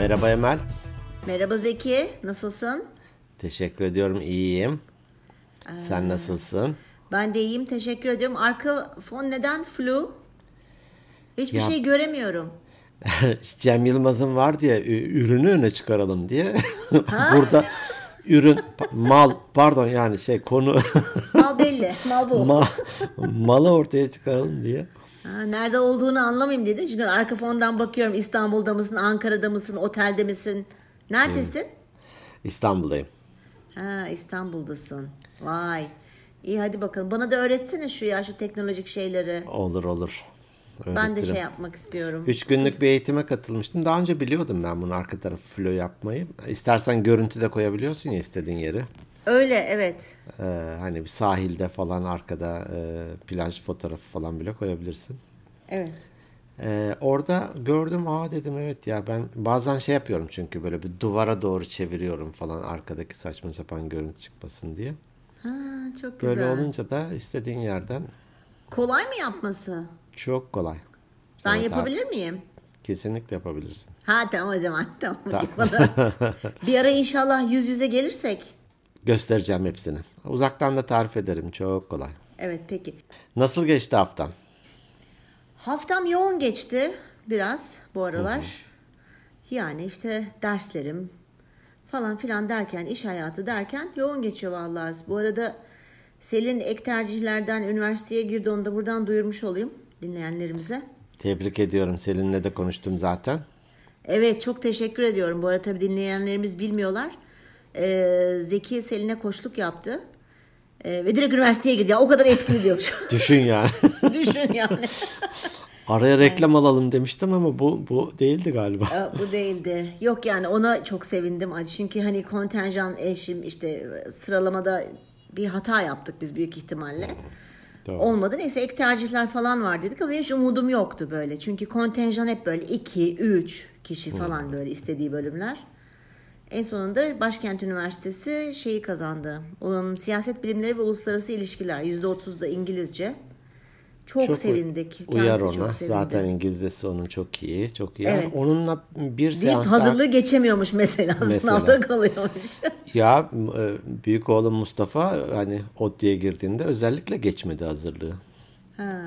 Merhaba Emel. Merhaba Zeki, nasılsın? Teşekkür ediyorum, iyiyim. Sen nasılsın? Ben de iyiyim, teşekkür ediyorum. Arka fon neden flu? Hiçbir Ya şey göremiyorum. Cem Yılmaz'ın var diye ürünü öne çıkaralım diye. Ha? Burada ürün, mal, pardon yani konu Mal belli, mal bu. ma, malı ortaya çıkaralım diye. Ha, nerede olduğunu anlamayayım dedim. Çünkü arka fondan bakıyorum. İstanbul'da mısın, Ankara'da mısın, otelde misin? Neredesin? İstanbul'dayım. Ha, İstanbul'dasın. Vay. İyi hadi bakalım. Bana da öğretsene şu teknolojik şeyleri. Olur olur. Ben de Öğretirim. yapmak istiyorum. 3 günlük bir eğitime katılmıştım. Daha önce biliyordum ben bunu arka tarafı flo yapmayı. İstersen görüntü de koyabiliyorsun ya istediğin yeri. Öyle, evet. Hani bir sahilde falan arkada plaj fotoğrafı falan bile koyabilirsin. Evet. Orada gördüm dedim evet ya ben bazen yapıyorum çünkü böyle bir duvara doğru çeviriyorum falan arkadaki saçma sapan görüntü çıkmasın diye. Ha, çok Böyle güzel. olunca da istediğin yerden Kolay mı yapması? çok kolay. Ben Sana yapabilir miyim? kesinlikle yapabilirsin. Ha tamam o zaman. Tamam. Ta- Bana bir ara inşallah yüz yüze gelirsek. Göstereceğim hepsini. Uzaktan da tarif ederim çok kolay. Evet peki. Nasıl geçti haftan? Haftam yoğun geçti biraz bu aralar. Yani işte derslerim falan filan derken, iş hayatı derken yoğun geçiyor vallahi. Bu arada Selin ek tercihlerden üniversiteye girdi. Onu da buradan duyurmuş olayım dinleyenlerimize. Tebrik ediyorum. Selin'le de konuştum zaten. Evet çok teşekkür ediyorum. Bu arada tabii dinleyenlerimiz bilmiyorlar. Zeki Selin'e koçluk yaptı. Ve direkt üniversiteye girdi. Ya, o kadar etkili diyormuş. Düşün yani. Düşün yani. Araya reklam alalım demiştim ama bu değildi galiba. Bu değildi. Yok yani ona çok sevindim. Çünkü hani kontenjan eşim işte sıralamada bir hata yaptık biz büyük ihtimalle. Doğru. Olmadı. Neyse ek tercihler falan var dedik ama hiç umudum yoktu böyle. Çünkü kontenjan hep böyle 2, 3 kişi falan böyle istediği bölümler. En sonunda Başkent Üniversitesi şeyi kazandı. Siyaset bilimleri ve uluslararası ilişkiler. %30 da İngilizce. Çok sevindik. Uyar Kendisi ona. çok sevindi. Zaten İngilizcesi onun çok iyi. Çok iyi. Evet. Onunla bir Deyip seans hazırlığı geçemiyormuş mesela. Sınavda kalıyormuş. Ya büyük oğlum Mustafa hani ODTÜ'ye girdiğinde özellikle geçmedi hazırlığı. Ha.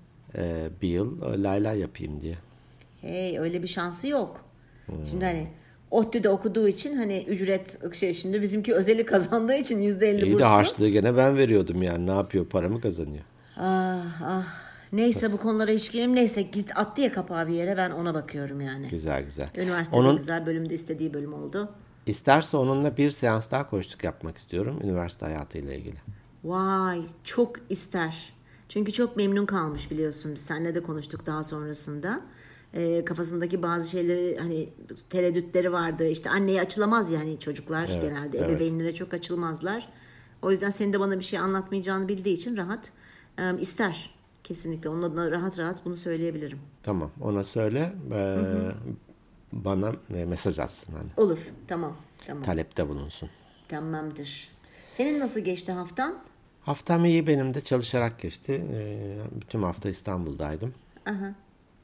Bir yıl layla yapayım diye. Hey öyle bir şansı yok. Şimdi hani ODTÜ'de okuduğu için hani ücret şimdi bizimki özeli kazandığı için %50 İyi de burslu. harçlığı gene ben veriyordum yani. Ne yapıyor? Paramı kazanıyor. Ah ah. Neyse bu konulara hiç girmeyeyim. Neyse git attı ya kapağı bir yere ben ona bakıyorum yani. Güzel güzel. Üniversitede güzel bölümde istediği bölüm oldu. İsterse onunla bir seans daha koçluk yapmak istiyorum üniversite hayatıyla ilgili. Vay çok ister. Çünkü çok memnun kalmış biliyorsun. Biz seninle de konuştuk daha sonrasında. Kafasındaki bazı şeyleri hani tereddütleri vardı. İşte anneye açılamaz yani çocuklar Evet, genelde evet. ebeveynlere çok açılmazlar. O yüzden senin de bana bir şey anlatmayacağını bildiği için rahat ister. Kesinlikle onunla da rahat rahat bunu söyleyebilirim. Tamam ona söyle bana mesaj atsın hani Olur tamam talepte bulunsun. tamamdır. Senin nasıl geçti haftan? Haftam iyi benim de çalışarak geçti. Bütün hafta İstanbul'daydım. Aha.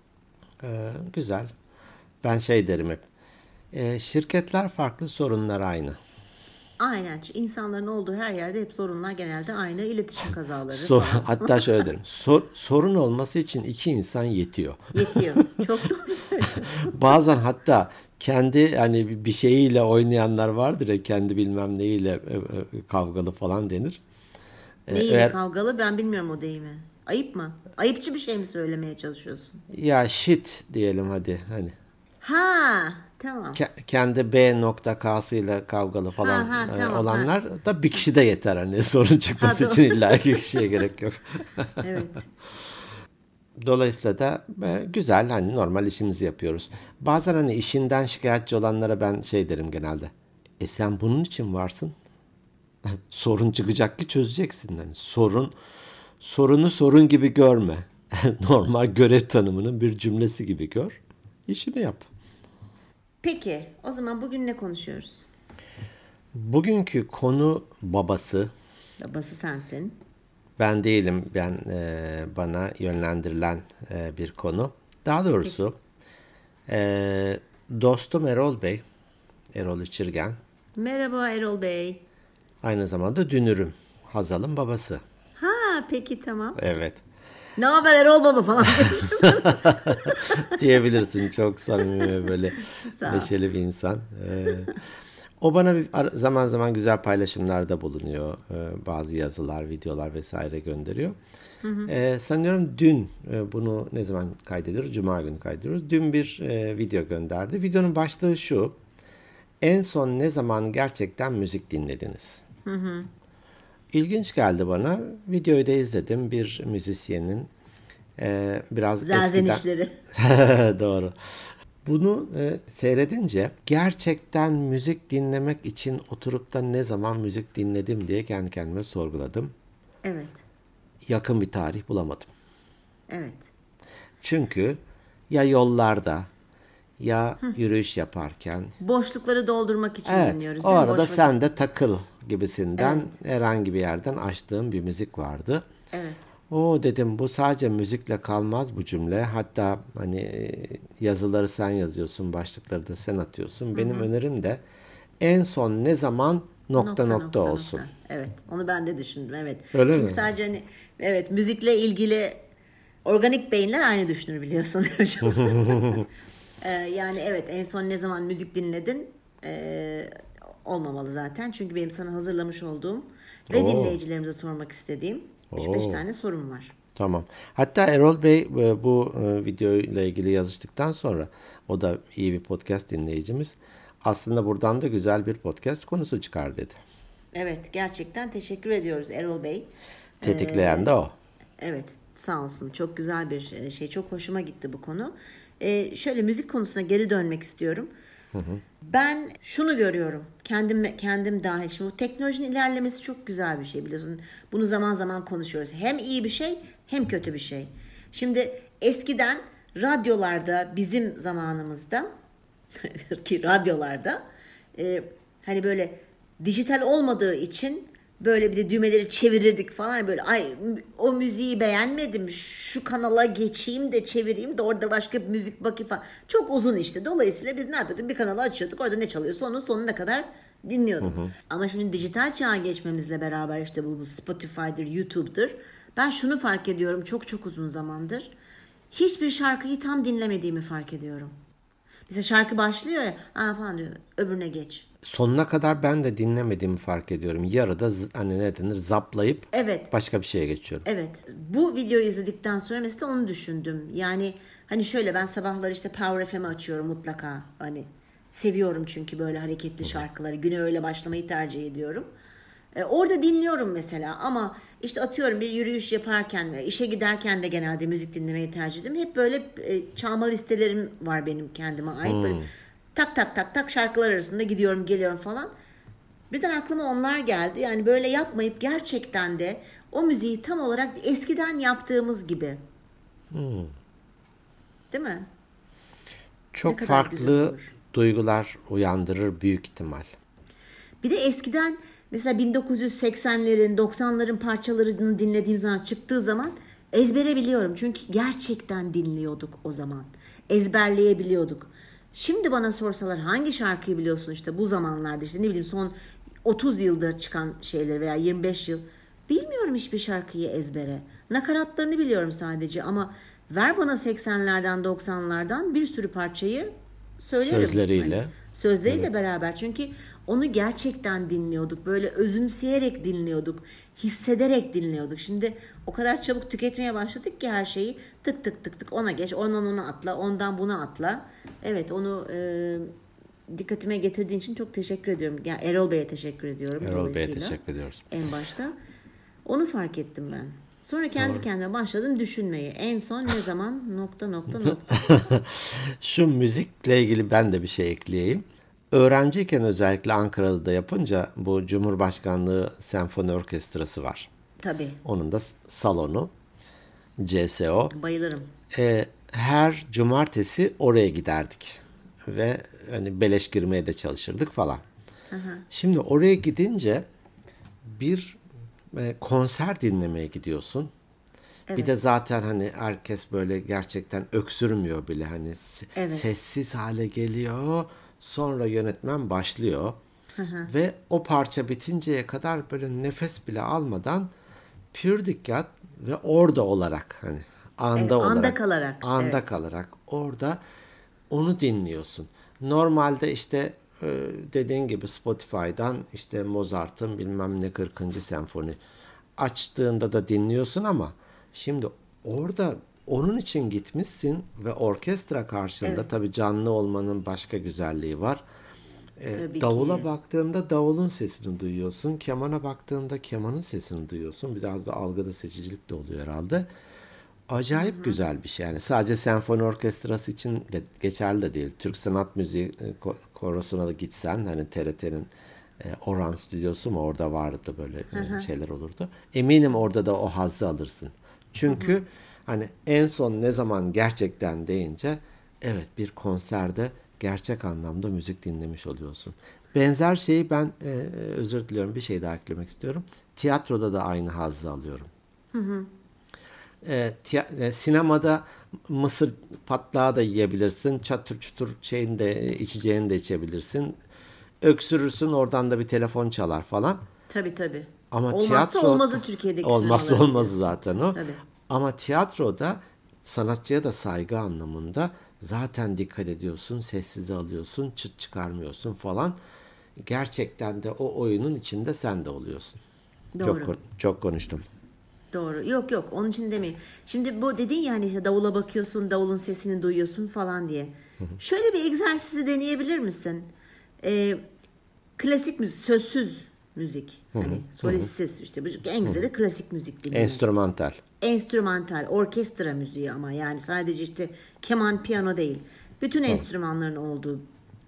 Güzel. Ben derim hep. Şirketler farklı sorunlar aynı. Aynen. Çünkü insanların olduğu her yerde hep sorunlar genelde aynı. İletişim kazaları falan. Hatta şöyle derim. Sorun olması için iki insan yetiyor. Yetiyor. Çok doğru söylüyorsun. Bazen hatta kendi hani bir şeyiyle oynayanlar vardır ya kendi bilmem neyiyle kavgalı falan denir. Neyle Eğer kavgalı ben bilmiyorum o deyimi. Ayıp mı? Ayıpçı bir şey mi söylemeye çalışıyorsun? ya shit diyelim hadi hani Ha, tamam. kendi B nokta K'sıyla kavgalı falan tamam, olanlar da bir kişi de yeter hani sorun çıkması Ha, için illa iki kişiye gerek yok. Evet. Dolayısıyla da güzel hani normal işimizi yapıyoruz. Bazen hani işinden şikayetçi olanlara ben derim genelde. Sen bunun için varsın. Sorun çıkacak ki çözeceksin. Yani sorunu sorun gibi görme. Normal görev tanımının bir cümlesi gibi gör. İşini yap. Peki, o zaman bugün ne konuşuyoruz? Bugünkü konu babası. Babası sensin. Ben değilim. Bana yönlendirilen bir konu. Daha doğrusu Dostum Erol Bey, Erol İçirgen, Merhaba Erol Bey. aynı zamanda dünürüm. Hazal'ın babası. Ha peki tamam. Evet. Ne haber Erol Baba falan demişim. Diyebilirsin, çok samimi ve böyle Sağ ol. neşeli bir insan. O bana zaman zaman güzel paylaşımlarda bulunuyor. Bazı yazılar, videolar vesaire gönderiyor. Sanıyorum dün bunu ne zaman kaydediyoruz? Cuma günü kaydediyoruz. Dün bir video gönderdi. Videonun başlığı şu: en son ne zaman gerçekten müzik dinlediniz? İlginç geldi bana. Videoyu da izledim. Bir müzisyenin biraz Zazen eskiden... işleri. Doğru. Bunu seyredince gerçekten müzik dinlemek için oturup da ne zaman müzik dinledim diye kendi kendime sorguladım. Evet. Yakın bir tarih bulamadım. Evet. Çünkü ya yollarda ya yürüyüş yaparken, Boşlukları doldurmak için evet, dinliyoruz o değil mi? arada Boş vakit. sen de takıl gibisinden Evet. herhangi bir yerden açtığım bir müzik vardı. Evet. O dedim, bu sadece müzikle kalmaz bu cümle. Hatta hani yazıları sen yazıyorsun, başlıkları da sen atıyorsun. Benim önerim de en son ne zaman nokta olsun. Evet. Onu ben de düşündüm. Evet. Öyle Çünkü mi? sadece hani evet müzikle ilgili organik beyinler aynı düşünür biliyorsun hocam. Yani evet en son ne zaman müzik dinledin olmamalı zaten. Çünkü benim sana hazırlamış olduğum ve Oo. dinleyicilerimize sormak istediğim 3-5 Oo. tane sorum var. Tamam. Hatta Erol Bey bu videoyla ilgili yazıştıktan sonra, o da iyi bir podcast dinleyicimiz, aslında buradan da güzel bir podcast konusu çıkar dedi. Evet gerçekten teşekkür ediyoruz Erol Bey. Tetikleyen de o. Evet sağ olsun çok güzel bir şey çok hoşuma gitti bu konu. Şöyle müzik konusuna geri dönmek istiyorum. Ben şunu görüyorum kendim dahil. Şimdi bu teknolojinin ilerlemesi çok güzel bir şey biliyorsun. Bunu zaman zaman konuşuyoruz. Hem iyi bir şey hem kötü bir şey. Şimdi eskiden radyolarda bizim zamanımızda ki radyolarda hani böyle dijital olmadığı için böyle bir de düğmeleri çevirirdik falan böyle ay o müziği beğenmedim şu kanala geçeyim de çevireyim de orada başka bir müzik bakayım falan. Çok uzun işte. Dolayısıyla biz ne yapıyorduk? Bir kanalı açıyorduk. Orada ne çalıyorsa onun sonuna kadar dinliyorduk. Ama şimdi dijital çağa geçmemizle beraber işte bu Spotify'dır, YouTube'dur. Ben şunu fark ediyorum çok çok uzun zamandır. Hiçbir şarkıyı tam dinlemediğimi fark ediyorum. Mesela şarkı başlıyor ya falan diyor öbürüne geç. Sonuna kadar ben de dinlemediğimi fark ediyorum. Yarıda hani ne denir, zaplayıp Evet. başka bir şeye geçiyorum. Evet. Bu videoyu izledikten sonra mesela onu düşündüm. Yani hani şöyle ben sabahları işte Power FM'i açıyorum mutlaka. Hani seviyorum çünkü böyle hareketli şarkıları. Güne öyle başlamayı tercih ediyorum. Orada dinliyorum mesela ama işte atıyorum bir yürüyüş yaparken ve işe giderken de genelde müzik dinlemeyi tercih ediyorum. Hep böyle çalma listelerim var benim kendime ait. Böyle tak tak tak tak şarkılar arasında gidiyorum geliyorum falan. Birden aklıma onlar geldi. Yani böyle yapmayıp gerçekten de o müziği tam olarak eskiden yaptığımız gibi. Değil mi? Çok kadar güzel farklı olur. duygular uyandırır büyük ihtimal. Bir de eskiden mesela 1980'lerin 90'ların parçalarını dinlediğim zaman çıktığı zaman ezbere biliyorum. Çünkü gerçekten dinliyorduk o zaman. Ezberleyebiliyorduk. Şimdi bana sorsalar hangi şarkıyı biliyorsun işte bu zamanlarda işte ne bileyim son 30 yılda çıkan şeyler veya 25 yıl. Bilmiyorum hiçbir şarkıyı ezbere. Nakaratlarını biliyorum sadece ama ver bana 80'lerden 90'lardan bir sürü parçayı söylerim. Sözleriyle. Hani sözleriyle beraber çünkü onu gerçekten dinliyorduk. Böyle özümseyerek dinliyorduk. Hissederek dinliyorduk. Şimdi o kadar çabuk tüketmeye başladık ki her şeyi tık tık tık tık ona geç, ondan ona atla, ondan buna atla. Evet onu dikkatime getirdiğin için çok teşekkür ediyorum. Yani Erol Bey'e teşekkür ediyorum. Erol Bey'e dolayısıyla. teşekkür ediyoruz. En başta. Onu fark ettim ben. Sonra kendi kendime başladım düşünmeye. En son ne zaman nokta. Şu müzikle ilgili ben de bir şey ekleyeyim. Öğrenciyken özellikle Ankara'da yapınca bu Cumhurbaşkanlığı Senfoni Orkestrası var. Tabii. Onun da salonu, CSO. Bayılırım. Her cumartesi oraya giderdik. Ve hani beleş girmeye de çalışırdık falan. Şimdi oraya gidince bir konser dinlemeye gidiyorsun. Bir de zaten hani herkes böyle gerçekten öksürmüyor bile. Hani Evet. sessiz hale geliyor. Sonra yönetmen başlıyor. Ve o parça bitinceye kadar böyle nefes bile almadan pür dikkat ve orada olarak hani anda Anda olarak kalarak. Evet. anda kalarak orada onu dinliyorsun. Normalde işte dediğin gibi Spotify'dan işte Mozart'ın bilmem ne 40. senfoni açtığında da dinliyorsun ama şimdi orada onun için gitmişsin ve orkestra karşında Evet. tabii canlı olmanın başka güzelliği var. Tabii Davula ki. baktığında davulun sesini duyuyorsun. Kemana baktığında kemanın sesini duyuyorsun. Biraz da algıda seçicilik de oluyor herhalde. Acayip güzel bir şey. Yani sadece senfoni orkestrası için de geçerli de değil. Türk Sanat Müziği Korosu'na da gitsen hani TRT'nin Orhan Stüdyosu mu orada vardı böyle şeyler olurdu. Eminim orada da o hazzı alırsın. Çünkü hani en son ne zaman gerçekten deyince evet bir konserde gerçek anlamda müzik dinlemiş oluyorsun. Benzer şeyi ben özür diliyorum bir şey daha eklemek istiyorum. Tiyatroda da aynı hazzı alıyorum. Sinemada mısır patlağı da yiyebilirsin. Çatır çutur şeyini de içeceğini de içebilirsin. Öksürürsün oradan da bir telefon çalar falan. Tabii tabii. Ama Olmazsa tiyatro olmazı Türkiye'deki olmazsa sinemaların olmazı diyorsun. zaten o. Tabii. Ama tiyatroda sanatçıya da saygı anlamında zaten dikkat ediyorsun, sessize alıyorsun, çıt çıkarmıyorsun falan. Gerçekten de o oyunun içinde sen de oluyorsun. Çok Doğru. çok konuştum. Doğru. Yok yok onun için demeyeyim. Şimdi bu dedin ya hani işte davula bakıyorsun, davulun sesini duyuyorsun falan diye. Şöyle bir egzersizi deneyebilir misin? Ee, Klasik müzik, sözsüz müzik. Hani solistsiz işte bu en güzeli klasik müzik dinlemek. Enstrümantal. Enstrümantal, orkestra müziği ama yani sadece işte keman, piyano değil. Bütün Tamam. enstrümanların olduğu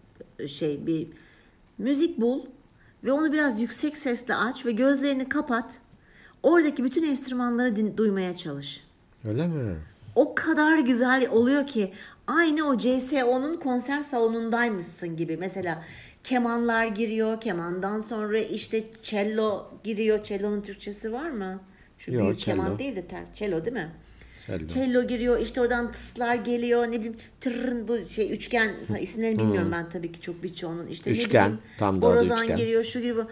şey bir müzik bul ve onu biraz yüksek sesle aç ve gözlerini kapat. Oradaki bütün enstrümanları duymaya çalış. Öyle mi? O kadar güzel oluyor ki aynı o CSO'nun konser salonundaymışsın gibi. Mesela kemanlar giriyor, kemandan sonra işte cello giriyor. Cello'nun Türkçesi var mı? Şu Yok, büyük cello. keman değil de cello değil mi? Cello. Cello giriyor, işte oradan tıslar geliyor, ne bileyim tırrın bu şey üçgen isimlerini bilmiyorum ben tabii ki çok birçoğunun işte ne Üçgen, bileyim tam da adı borazan üçgen. giriyor şu gibi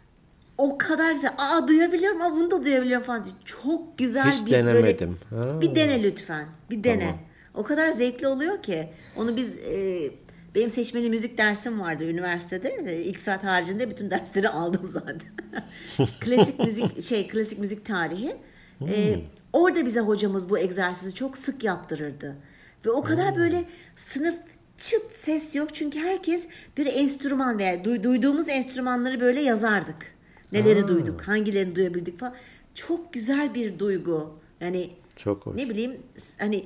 o kadar güzel. Aa duyabiliyorum, aa bunu da duyabiliyorum falan diyor. Çok güzel Hiç bir böyle denemedim. Ha. bir dene lütfen. Bir dene. Tamam. O kadar zevkli oluyor ki. Onu biz benim seçmeli müzik dersim vardı üniversitede. İlk saat haricinde bütün dersleri aldım zaten. Klasik müzik klasik müzik tarihi. Orada bize hocamız bu egzersizi çok sık yaptırırdı. Ve o kadar böyle sınıf çıt ses yok çünkü herkes bir enstrüman veya duyduğumuz enstrümanları böyle yazardık. Neleri duyduk, hangilerini duyabildik falan. Çok güzel bir duygu. Yani Çok hoş. ne bileyim hani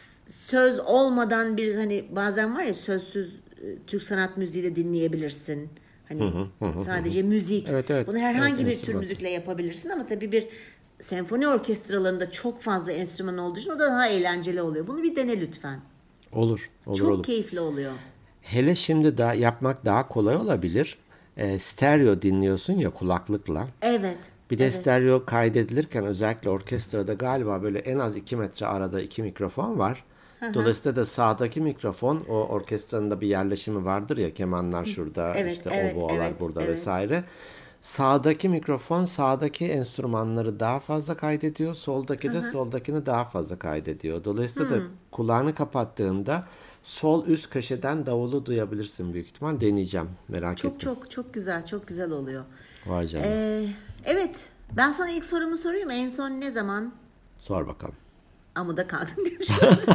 söz olmadan bir hani bazen var ya sözsüz Türk sanat müziği de dinleyebilirsin. Hani sadece müzik. Evet, evet. Bunu herhangi Evet, bir tür enstrüman. müzikle yapabilirsin ama tabii bir senfoni orkestralarında çok fazla enstrüman olduğu için o da daha eğlenceli oluyor. Bunu bir dene lütfen. Olur, olur, Çok olur. keyifli oluyor. Hele şimdi daha yapmak daha kolay olabilir. Stereo dinliyorsun ya kulaklıkla. Evet. Bir de Evet. stereo kaydedilirken özellikle orkestrada galiba böyle en az 2 metre arada 2 mikrofon var. Dolayısıyla da sağdaki mikrofon o orkestranın da bir yerleşimi vardır ya kemanlar şurada Evet, işte evet, oboalar evet, burada evet. vesaire. Sağdaki mikrofon sağdaki enstrümanları daha fazla kaydediyor. Soldaki de soldakini daha fazla kaydediyor. Dolayısıyla da kulağını kapattığında sol üst köşeden davulu duyabilirsin büyük ihtimal. Deneyeceğim. Merak Çok ettim. çok çok güzel, çok güzel oluyor. Vay canına. Evet. Ben sana ilk sorumu sorayım. En son ne zaman Sor bakalım. amuda kaldın demiş.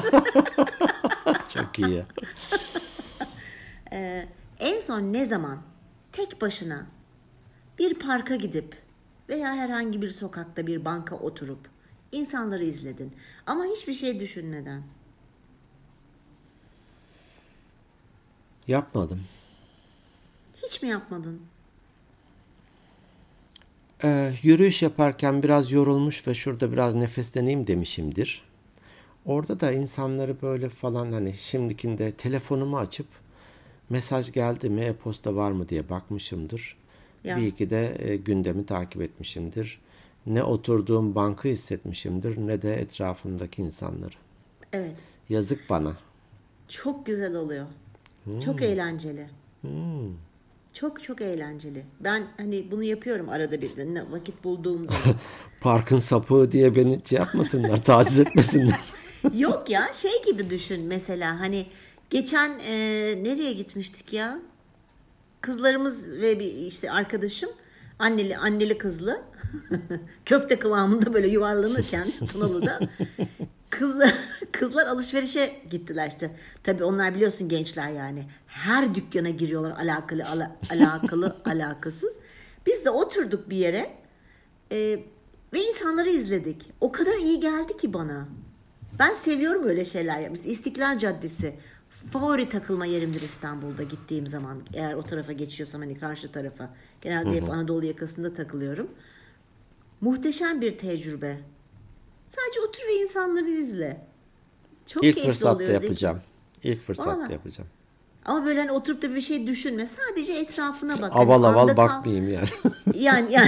Çok iyi. En son ne zaman tek başına bir parka gidip veya herhangi bir sokakta bir banka oturup insanları izledin ama hiçbir şey düşünmeden. Yapmadım. Hiç mi yapmadın? Yürüyüş yaparken biraz yorulmuş ve şurada biraz nefesleneyim demişimdir. Orada da insanları böyle falan hani şimdikinde telefonumu açıp mesaj geldi mi, e-posta var mı diye bakmışımdır. Ya. Bir iki de gündemi takip etmişimdir. Ne oturduğum bankı hissetmişimdir ne de etrafımdaki insanları. Evet. Yazık bana. Çok güzel oluyor. Çok eğlenceli. Çok çok eğlenceli. Ben hani bunu yapıyorum arada bir de vakit bulduğum zaman. Parkın sapığı diye beni şey yapmasınlar, taciz etmesinler. Yok ya şey gibi düşün mesela hani geçen nereye gitmiştik ya? Kızlarımız ve bir işte arkadaşım anneli kızlı köfte kıvamında böyle yuvarlanırken Tunalı'da kızlar alışverişe gittiler işte. Tabii onlar biliyorsun gençler yani. Her dükkana giriyorlar alakasız. Biz de oturduk bir yere ve insanları izledik. O kadar iyi geldi ki bana. Ben seviyorum öyle şeyler yapmış. İstiklal Caddesi favori takılma yerimdir İstanbul'da gittiğim zaman. Eğer o tarafa geçiyorsam hani karşı tarafa. Genelde hep Anadolu yakasında takılıyorum. Muhteşem bir tecrübe. Sadece otur ve insanları izle. Çok İlk keyifli fırsatta oluyor Zeki. yapacağım. İlk fırsatta Vallahi. yapacağım. Ama böyle hani oturup da bir şey düşünme. Sadece etrafına bak. Hani Aval aval anda kal. bakmayayım yani. Yani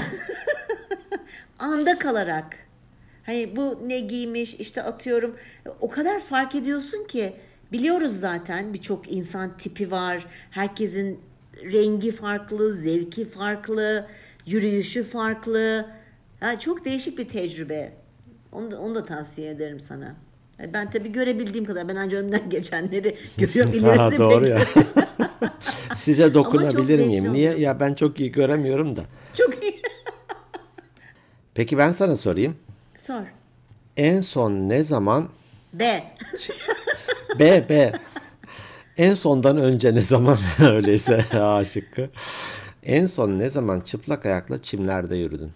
anda kalarak. Hani bu ne giymiş işte atıyorum. O kadar fark ediyorsun ki biliyoruz zaten birçok insan tipi var. Herkesin rengi farklı, zevki farklı, yürüyüşü farklı. Ya çok değişik bir tecrübe. Onu da tavsiye ederim sana. Ben tabii görebildiğim kadar ben ancak önümden geçenleri görüyorum. İlerisini Doğru ya. pek. Size Ama çok dokunabilir zevkli miyim? Niye? oluyor. Ya ben çok iyi göremiyorum da. Çok iyi. Peki ben sana sorayım. Sor. En son ne zaman B. B. En sondan önce ne zaman öyleyse A şıkkı. En son ne zaman çıplak ayakla çimlerde yürüdün?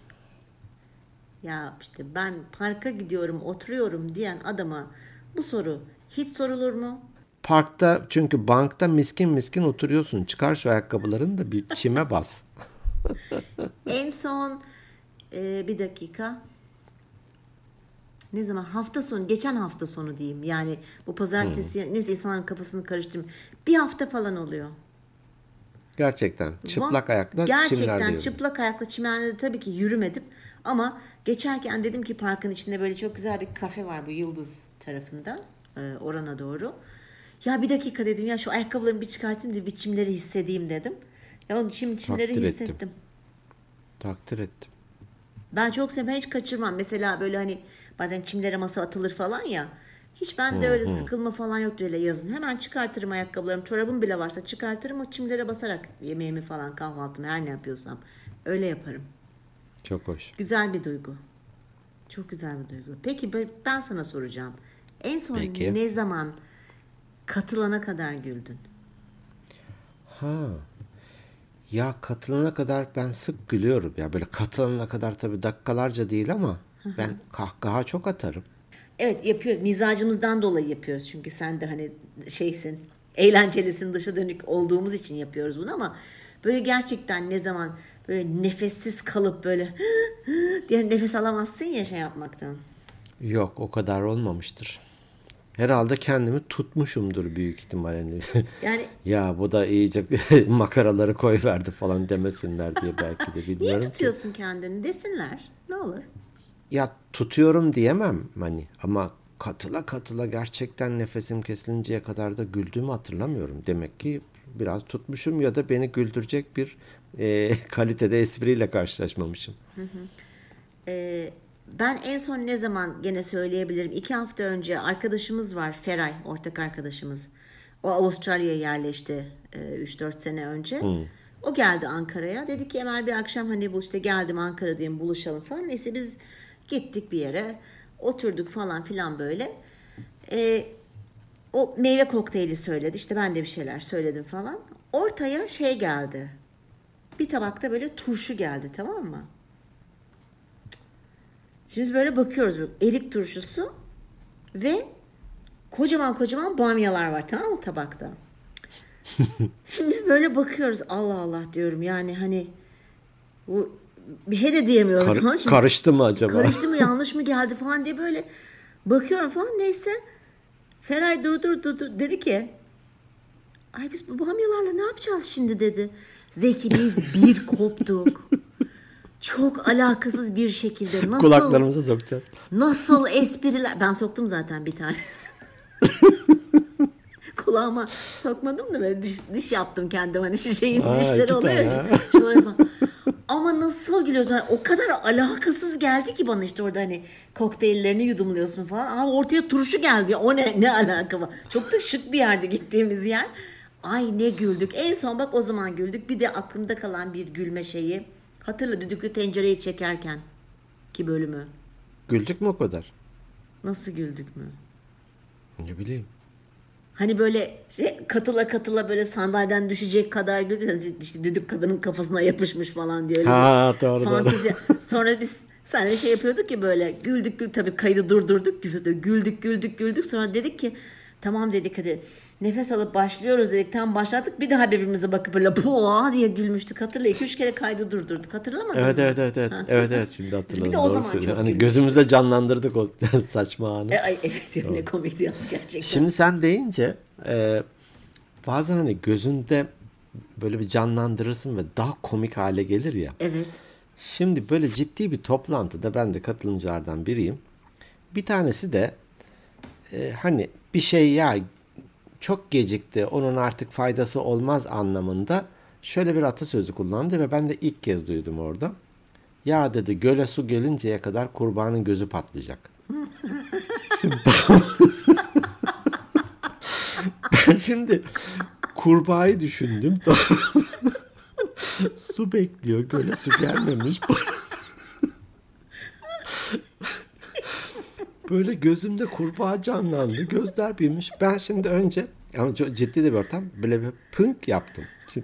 Ya işte ben parka gidiyorum, oturuyorum diyen adama bu soru hiç sorulur mu? Parkta çünkü bankta miskin miskin oturuyorsun. Çıkar şu ayakkabılarını da bir çime bas. En son bir dakika. Ne zaman? Hafta sonu, geçen hafta sonu diyeyim. Yani bu pazartesi, neyse insanların kafasını karıştırdım. Bir hafta falan oluyor. Gerçekten çıplak ayakla çimlerde Gerçekten yürüdün. çıplak ayakla çimenlerde tabii ki yürümedim. Ama geçerken dedim ki parkın içinde böyle çok güzel bir kafe var bu Yıldız tarafında. Orana doğru. Ya bir dakika dedim ya şu ayakkabılarımı bir çıkartayım da bir çimleri hissedeyim dedim. Ya onun çimleri Takdir ettim. hissettim. Takdir ettim. Ben çok seviyorum. Ben hiç kaçırmam. Mesela böyle hani bazen çimlere masa atılır falan ya. Hiç bende öyle sıkılma falan yoktu öyle yazın. Hemen çıkartırım ayakkabılarımı. Çorabım bile varsa çıkartırım. O çimlere basarak yemeğimi falan kahvaltımı her ne yapıyorsam. Öyle yaparım. Çok hoş. Güzel bir duygu. Çok güzel bir duygu. Peki ben sana soracağım. En son Peki. ne zaman katılana kadar güldün? Ha. Ya katılana kadar ben sık gülüyorum ya. Böyle katılana kadar tabii dakikalarca değil ama ben kahkaha çok atarım. Evet yapıyoruz. Mizacımızdan dolayı yapıyoruz. Çünkü sen de hani şeysin, eğlencelisin, dışa dönük olduğumuz için yapıyoruz bunu ama böyle gerçekten ne zaman böyle nefessiz kalıp böyle diye nefes alamazsın ya şey yapmaktan. Yok o kadar olmamıştır. Herhalde kendimi tutmuşumdur büyük ihtimalle. Yani Ya bu da iyice makaraları koyverdi falan demesinler diye belki de niye bilmiyorum ki. tutuyorsun kendini desinler. Ne olur. Ya tutuyorum diyemem hani ama katıla katıla gerçekten nefesim kesilinceye kadar da güldüğümü hatırlamıyorum. Demek ki biraz tutmuşum ya da beni güldürecek bir kalitede espriyle karşılaşmamışım. Ben en son ne zaman gene söyleyebilirim. 2 hafta önce arkadaşımız var. Feray ortak arkadaşımız. O Avustralya'ya yerleşti 3-4 sene önce. O geldi Ankara'ya. Dedi ki Emel bir akşam hani bu işte geldim Ankara'dayım buluşalım falan. Neyse biz gittik bir yere. Oturduk falan filan böyle. O meyve kokteyli söyledi. İşte ben de bir şeyler söyledim falan. Ortaya şey geldi. Bir tabakta böyle turşu geldi tamam mı? Şimdi biz böyle bakıyoruz. Böyle erik turşusu ve kocaman kocaman bamyalar var tamam mı tabakta? Şimdi biz böyle bakıyoruz. Allah Allah diyorum. Yani hani bu bir şey de diyemiyorum. tamam mı? Şimdi Karıştı mı acaba? karıştı mı yanlış mı geldi falan diye böyle bakıyorum falan. Neyse Feray dur dedi ki ay biz bu bamyalarla ne yapacağız şimdi dedi. Zeki biz bir koptuk. Çok alakasız bir şekilde Kulaklarımıza sokacağız. nasıl espriler. Ben soktum zaten bir tanesini. Kulağıma sokmadım da böyle diş yaptım kendim. Hani şişeyin dişleri iki oluyor tane, ya. ha. Şöyle falan. Ama nasıl gülüyorsun? Yani o kadar alakasız geldi ki bana işte orada hani kokteyllerini yudumluyorsun falan. Abi ortaya turşu geldi. O ne alaka var? Çok da şık bir yerde gittiğimiz yer. Ay ne güldük. En son bak o zaman güldük. Bir de aklımda kalan bir gülme şeyi. Hatırla düdüklü tencereyi çekerken ki bölümü. Güldük mü o kadar? Nasıl güldük mü? Ne bileyim. Hani böyle katıla böyle sandalyeden düşecek kadar güldük. İşte düdük kadının kafasına yapışmış falan diye öyle Ha, bir doğru. fantezi. Sonra biz seninle şey yapıyorduk ki böyle güldük tabii kaydı durdurduk. Güldük. Sonra dedik ki tamam dedik hadi nefes alıp başlıyoruz dedik. Tam başladık bir daha birbirimize bakıp böyle puaa diye gülmüştük. Hatırla 2-3 kere kaydı durdurduk. Hatırlamadın mı? Evet şimdi hatırladım. Bir de o Doğru zaman çok söylüyorsun. Hani gülmüştük. gözümüzde canlandırdık o saçma anı. Ay evet ya, ne komikti yalnız gerçekten. Şimdi sen deyince bazen hani gözünde böyle bir canlandırırsın ve daha komik hale gelir ya. Evet. Şimdi böyle ciddi bir toplantıda ben de katılımcılardan biriyim. Bir tanesi de hani bir şey ya çok gecikti onun artık faydası olmaz anlamında şöyle bir atasözü kullandı ve ben de ilk kez duydum orada. Ya dedi göle su gelinceye kadar kurbanın gözü patlayacak. Şimdi ben şimdi kurbağayı düşündüm. Su bekliyor. Göle su gelmemiş. Böyle gözümde kurbağa canlandı. Gözler büyümüş. Ben şimdi önce ama çok ciddi de bir ortam. Böyle bir pınk yaptım. Şimdi,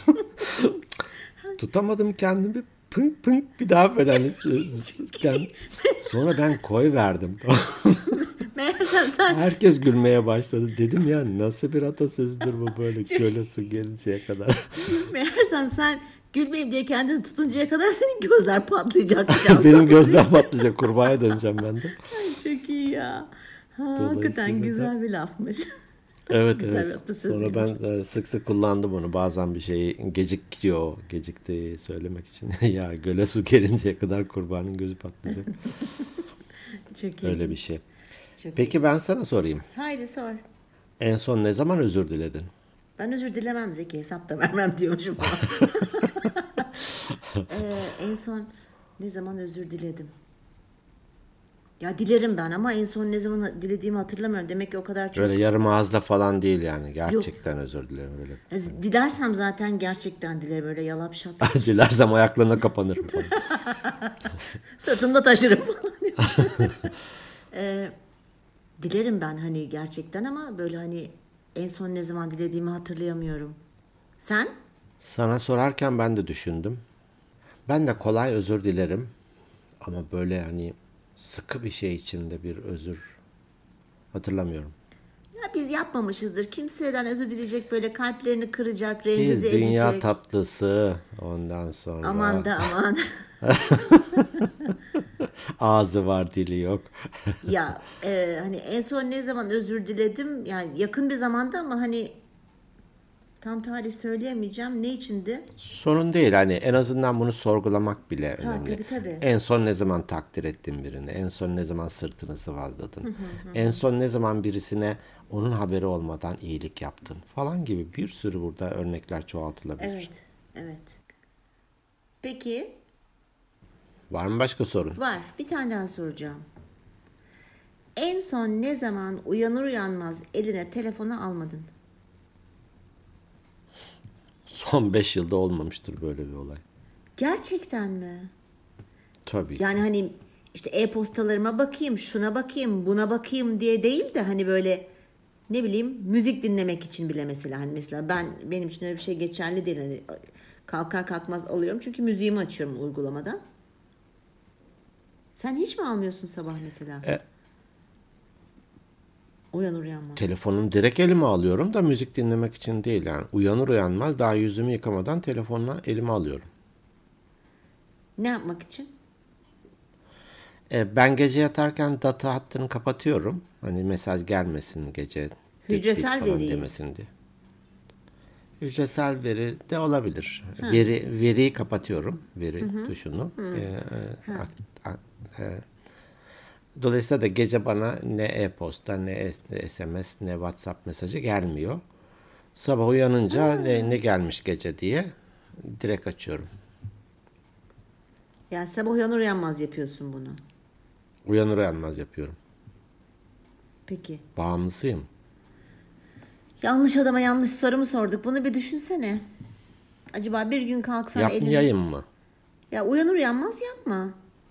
tutamadım kendimi. Pınk pınk bir daha böyle hani sonra ben koy verdim. Meğersem sen Herkes gülmeye başladı. Dedim ya nasıl bir atasözüdür bu böyle göle su gelinceye kadar. Meğersem sen gülmeyeyim diye kendini tutuncaya kadar senin gözler patlayacak. Benim gözler patlayacak. Kurbağaya döneceğim ben de. Ay çok iyi ya. Ha, Dolayısıyla hakikaten da- güzel bir lafmış. Evet Güzel bir evet. atasözüymüş. Sonra ben sık sık kullandım onu. Bazen bir şeyi gecikti söylemek için. Ya göle su gelinceye kadar kurbanın gözü patlayacak. Çok iyi. Öyle bir şey. Çok iyi. Peki ben sana sorayım. Haydi sor. En son ne zaman özür diledin? Ben özür dilemem Zeki. Hesap da vermem diyormuşum. En son ne zaman özür diledim? Ya dilerim ben ama en son ne zaman dilediğimi hatırlamıyorum. Demek ki o kadar çok. Böyle yarım ağızla falan değil yani. Gerçekten özür dilerim öyle. Dilersem zaten gerçekten dilerim. Öyle yalap şap. Dilersem ayaklarına kapanırım falan. Sırtımda taşırım falan. Dilerim ben hani gerçekten ama böyle hani en son ne zaman dilediğimi hatırlayamıyorum. Sen? Sana sorarken ben de düşündüm. Ben de kolay özür dilerim. Ama böyle hani sıkı bir şey içinde bir özür hatırlamıyorum. Ya biz yapmamışızdır. Kimseden özür dileyecek böyle kalplerini kıracak, Biz rencide dünya edecek. tatlısı ondan sonra Aman da aman. ağzı var dili yok. Ya hani en son ne zaman özür diledim? Yani yakın bir zamanda ama hani tam tarih söyleyemeyeceğim. Ne içindi? Sorun değil hani en azından bunu sorgulamak bile önemli. tabii. En son ne zaman takdir ettin birini? En son ne zaman sırtını sıvazladın? En son ne zaman birisine onun haberi olmadan iyilik yaptın? Falan gibi bir sürü burada örnekler çoğaltılabilir. Evet, evet. Peki Var mı başka sorun? var. Bir tane daha soracağım. En son ne zaman uyanır uyanmaz eline telefonu almadın? Son 5 yılda olmamıştır böyle bir olay. Gerçekten mi? Tabii. Yani hani işte e-postalarıma bakayım, şuna bakayım, buna bakayım diye değil de hani böyle ne bileyim müzik dinlemek için bile mesela hani mesela benim için öyle bir şey geçerli değil. Hani kalkar kalkmaz alıyorum çünkü müziğimi açıyorum uygulamadan. Sen hiç mi almıyorsun sabah mesela? Uyanır uyanmaz. Telefonunu direkt elime alıyorum da müzik dinlemek için değil yani. Uyanır uyanmaz daha yüzümü yıkamadan telefonla elime alıyorum. Ne yapmak için? Ben gece yatarken data hattını kapatıyorum. Hani mesaj gelmesin gece. Hücresel dik dik falan veriyi. demesin diye. Hücresel veri de olabilir. Veriyi kapatıyorum. Veri tuşunu. A- a- e, Dolayısıyla da gece bana ne e-posta, ne SMS, ne WhatsApp mesajı gelmiyor. Sabah uyanınca ne gelmiş gece diye direkt açıyorum. Yani sabah uyanır uyanmaz yapıyorsun bunu. Uyanır uyanmaz yapıyorum. Peki. Bağımlısıyım. Yanlış adama yanlış soru mu sorduk? Bunu bir düşünsene. Acaba bir gün kalksan Yapmayayım mı? Ya uyanır uyanmaz yapma.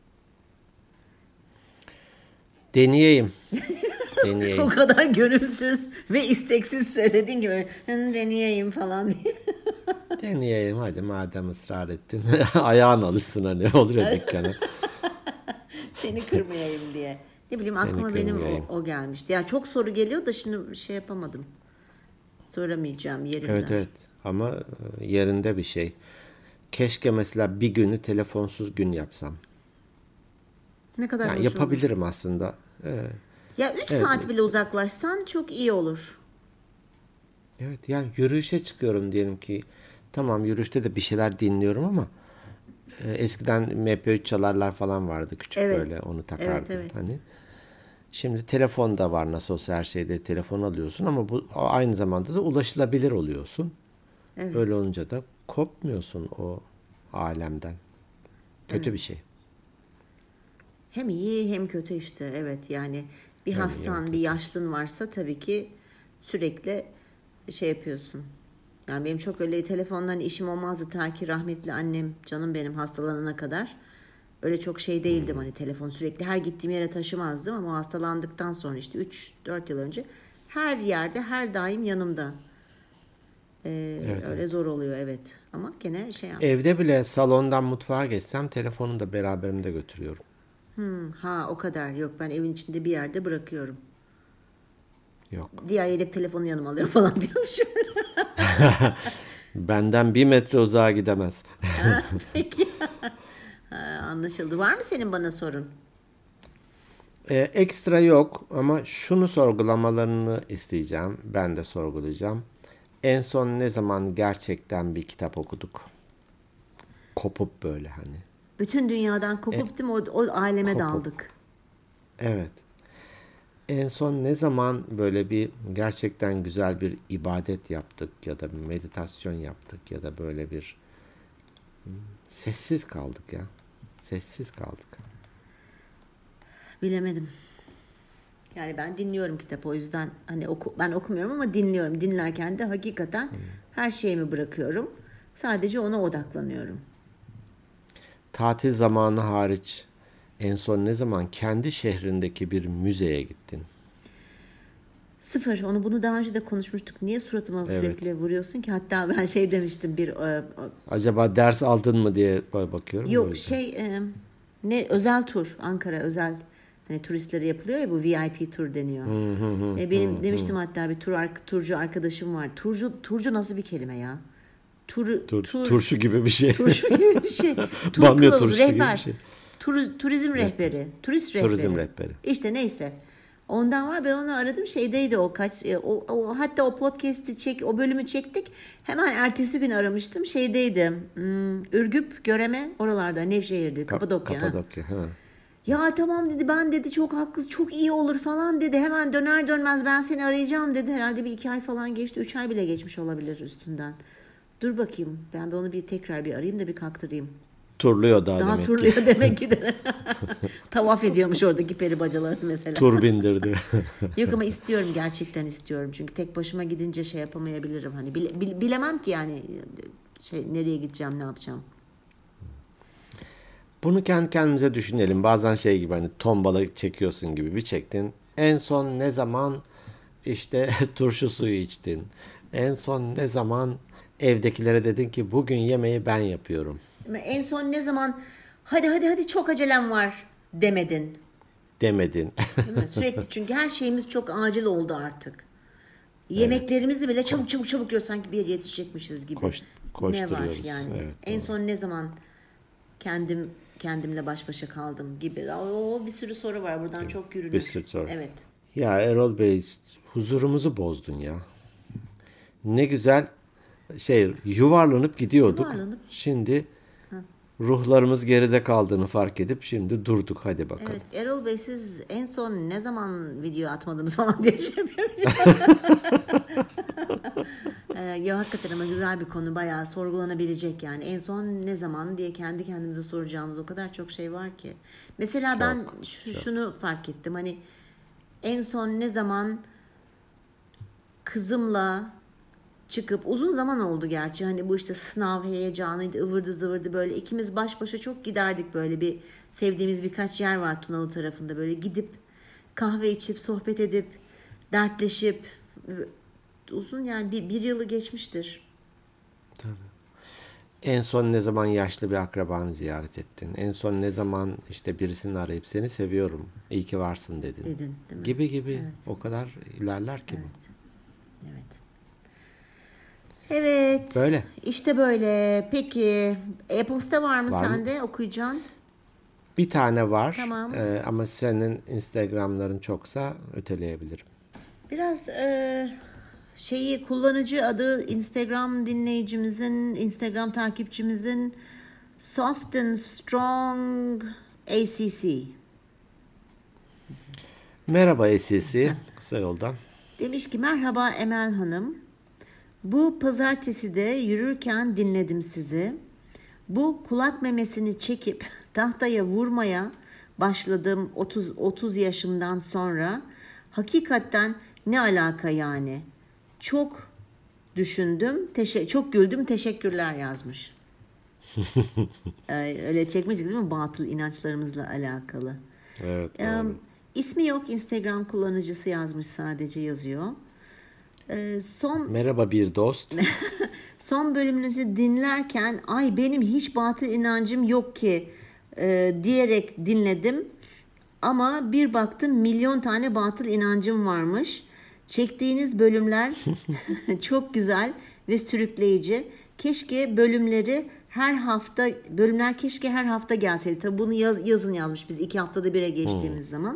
Deneyeyim. O Deneyeyim. kadar gönülsüz ve isteksiz söylediğin gibi deneyeyim falan diye. Deneyeyim hadi madem ısrar ettin. Ayağın alışsın hani olur ya dükkana. Seni kırmayayım diye. Ne bileyim aklıma benim kırmayayım. o gelmişti. Ya çok soru geliyor da şimdi şey yapamadım. Soramayacağım yerimden. Evet ama yerinde bir şey. Keşke mesela bir günü telefonsuz gün yapsam. Ne kadar Yani hoş olur. yapabilirim aslında. Ya 3 saat bile uzaklaşsan çok iyi olur. Evet yani yürüyüşe çıkıyorum diyelim ki. Tamam yürüyüşte de bir şeyler dinliyorum ama eskiden MP3 çalarlar falan vardı küçük Evet. böyle onu takardım. Evet. Hani şimdi telefon da var nasıl olsa her şeyde telefon alıyorsun ama bu aynı zamanda da ulaşılabilir oluyorsun. Evet. Öyle olunca da kopmuyorsun o alemden. Kötü bir şey. Hem iyi hem kötü işte. Evet yani bir hastan, bir yaşlın varsa tabii ki sürekli şey yapıyorsun. Yani benim çok öyle telefondan işim olmazdı ta ki rahmetli annem, canım benim hastalanana kadar. Öyle çok şey değildim hani telefon sürekli her gittiğim yere taşımazdım ama hastalandıktan sonra işte 3-4 yıl önce her yerde her daim yanımda. Öyle zor oluyor evet. Ama gene şey yap. Evde bile salondan mutfağa geçsem telefonu da beraberimde götürüyorum. Ha o kadar yok ben evin içinde bir yerde bırakıyorum. Yok. Diğer yedek telefonu yanıma alıyorum falan diyormuşum. Benden 1 metre uzağa gidemez. Peki. Ha, anlaşıldı. Var mı senin bana sorun? Ekstra yok ama şunu sorgulamalarını isteyeceğim. Ben de sorgulayacağım. En son ne zaman gerçekten bir kitap okuduk? Kopup böyle hani. Bütün dünyadan kopup değil mi? O aleme Kopup. daldık. Evet. En son ne zaman böyle bir gerçekten güzel bir ibadet yaptık ya da bir meditasyon yaptık ya da böyle bir sessiz kaldık ya. Sessiz kaldık. Bilemedim. Yani ben dinliyorum kitap o yüzden hani ben okumuyorum ama dinliyorum. Dinlerken de hakikaten her şeyimi bırakıyorum. Sadece ona odaklanıyorum. Tatil zamanı hariç en son ne zaman kendi şehrindeki bir müzeye gittin? Sıfır. Onu bunu daha önce de konuşmuştuk. Niye suratıma sürekli vuruyorsun ki? Hatta ben şey demiştim Acaba ders aldın mı diye bakıyorum. yok böyle. Ne özel tur Ankara özel hani turistlere yapılıyor ya bu VIP tur deniyor. Benim demiştim hatta bir turcu arkadaşım var. Turcu nasıl bir kelime ya? Turşu gibi bir şey. Turşu gibi bir şey. Tur Bamya kılavuzu, turşusu gibi rehber. bir şey. Turizm rehberi. Turist rehberi. Turizm rehberi. İşte neyse. Ondan var ben onu aradım şeydeydi hatta o podcast'i o bölümü çektik. Hemen ertesi gün aramıştım şeydeydi. Ürgüp, Göreme oralarda Nevşehir'di Kapadokya. Kapadokya. Ha. Ya tamam dedi ben dedi çok haklısın çok iyi olur falan dedi. Hemen döner dönmez ben seni arayacağım dedi. Herhalde bir 2 ay falan geçti. 3 ay bile geçmiş olabilir üstünden. Dur bakayım ben onu tekrar bir arayayım da bir kaktırayım. Turluyor daha Daha demek turluyor ki. demek ki de. Tavaf ediyormuş oradaki peri bacalarını mesela. Tur bindirdi. Yok ama istiyorum gerçekten istiyorum. Çünkü tek başıma gidince şey yapamayabilirim. Hani bilemem ki yani nereye gideceğim ne yapacağım. Bunu kendi kendimize düşünelim. Bazen şey gibi hani tombala çekiyorsun gibi bir çektin. En son ne zaman işte turşu suyu içtin? En son ne zaman evdekilere dedin ki bugün yemeği ben yapıyorum? En son ne zaman hadi çok acelem var demedin. Demedin. Değil mi? Sürekli çünkü her şeyimiz çok acil oldu artık. Yemeklerimizi bile çabuk yiyor sanki bir yere yetişecekmişiz gibi. Ne var Koşturuyoruz. yani? Evet, En doğru. son ne zaman kendimle baş başa kaldım gibi. O bir sürü soru var buradan çok yürünür. Bir sürü soru. Evet. Ya Erol Bey huzurumuzu bozdun ya. Ne güzel yuvarlanıp gidiyorduk. Yuvarlanıp. Şimdi ruhlarımız geride kaldığını fark edip şimdi durduk. Hadi bakalım. Evet, Erol Bey siz en son ne zaman video atmadınız falan diye şey yapıyorum. Ya hakikaten ama güzel bir konu, bayağı sorgulanabilecek yani. En son ne zaman diye kendi kendimize soracağımız o kadar çok şey var ki. Mesela ben şunu fark ettim, hani en son ne zaman kızımla çıkıp, uzun zaman oldu gerçi, hani bu işte sınav heyecanıydı, ıvırdı zıvırdı, böyle ikimiz baş başa çok giderdik, böyle bir sevdiğimiz birkaç yer var Tunalı tarafında, böyle gidip kahve içip sohbet edip dertleşip, uzun yani bir yılı geçmiştir. Tabii. En son ne zaman yaşlı bir akrabanı ziyaret ettin? En son ne zaman işte birisini arayıp seni seviyorum, iyi ki varsın dedin? Dedin, değil mi? Gibi Evet. o kadar ilerler ki bu. Evet. Evet. Böyle. İşte böyle. Peki e-posta var mı Var mı? sende okuyacağın? Bir tane var. Tamam. Ama senin Instagram'ların çoksa öteleyebilirim. Biraz kullanıcı adı Instagram dinleyicimizin, Instagram takipçimizin Soft and Strong ACC. Merhaba ACC. Kısa yoldan. Demiş ki merhaba Emel Hanım. Bu pazartesi de yürürken dinledim sizi. Bu kulak memesini çekip tahtaya vurmaya başladım 30 yaşımdan sonra. Hakikaten ne alaka yani? Çok düşündüm, çok güldüm, teşekkürler yazmış. Öyle çekmiştik değil mi? Batıl inançlarımızla alakalı. Evet. İsmi yok, Instagram kullanıcısı yazmış, sadece yazıyor. Merhaba bir dost. Son bölümünüzü dinlerken ay benim hiç batıl inancım yok ki diyerek dinledim. Ama bir baktım milyon tane batıl inancım varmış. Çektiğiniz bölümler çok güzel ve sürükleyici. Keşke bölümler keşke her hafta gelseydi. Tabii bunu yazın yazmış, biz 2 haftada bire geçtiğimiz zaman.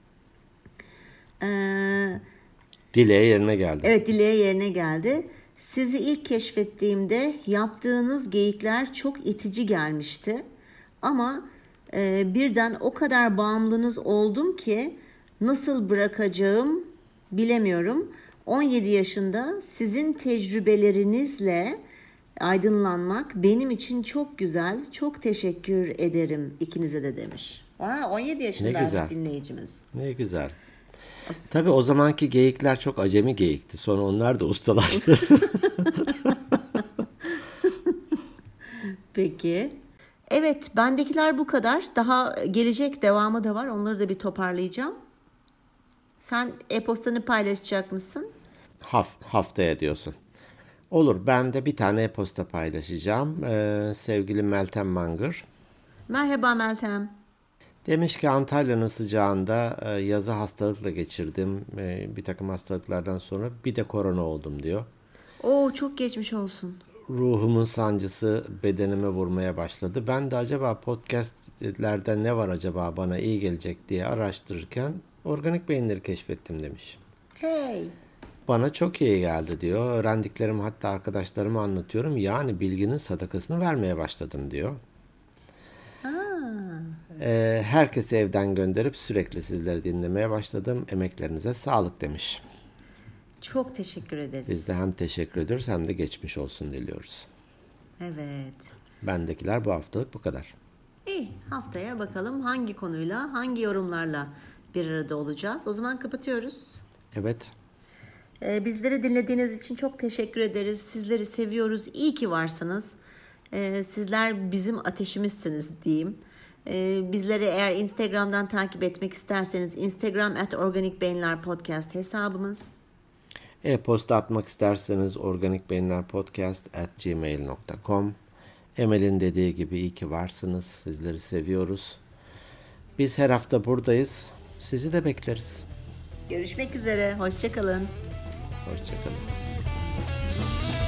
Dileğe yerine geldi. Evet, dileğe yerine geldi. Sizi ilk keşfettiğimde yaptığınız geyikler çok itici gelmişti. Ama birden o kadar bağımlınız oldum ki nasıl bırakacağım bilemiyorum. 17 yaşında sizin tecrübelerinizle aydınlanmak benim için çok güzel. Çok teşekkür ederim ikinize de demiş. 17 yaşındaymış dinleyicimiz. Ne güzel. Tabii o zamanki geyikler çok acemi geyikti. Sonra onlar da ustalaştı. Peki. Evet, bendekiler bu kadar. Daha gelecek devamı da var. Onları da bir toparlayacağım. Sen e-postanı paylaşacak mısın? Haftaya diyorsun. Olur, ben de bir tane e-posta paylaşacağım. Sevgili Meltem Mangır. Merhaba Meltem. Demiş ki Antalya'nın sıcağında yazı hastalıkla geçirdim. Bir takım hastalıklardan sonra bir de korona oldum diyor. Oo, çok geçmiş olsun. Ruhumun sancısı bedenime vurmaya başladı. Ben de acaba podcastlerde ne var acaba bana iyi gelecek diye araştırırken organik beyinleri keşfettim demiş. Hey. Bana çok iyi geldi diyor. Öğrendiklerimi hatta arkadaşlarıma anlatıyorum. Yani bilginin sadakasını vermeye başladım diyor. Herkesi evden gönderip sürekli sizleri dinlemeye başladım. Emeklerinize sağlık demiş. Çok teşekkür ederiz. Biz de hem teşekkür ediyoruz hem de geçmiş olsun diliyoruz. Evet. Bendekiler bu haftalık bu kadar. İyi, haftaya bakalım hangi konuyla, hangi yorumlarla bir arada olacağız. O zaman kapatıyoruz. Evet. Bizleri dinlediğiniz için çok teşekkür ederiz. Sizleri seviyoruz. İyi ki varsınız. Sizler bizim ateşimizsiniz diyeyim. Bizleri eğer Instagram'dan takip etmek isterseniz Instagram @organikbeyinlerpodcast hesabımız. E-posta atmak isterseniz organikbeyinlerpodcast@gmail.com. Emel'in dediği gibi iyi ki varsınız. Sizleri seviyoruz. Biz her hafta buradayız. Sizi de bekleriz. Görüşmek üzere. Hoşça kalın. Hoşça kalın.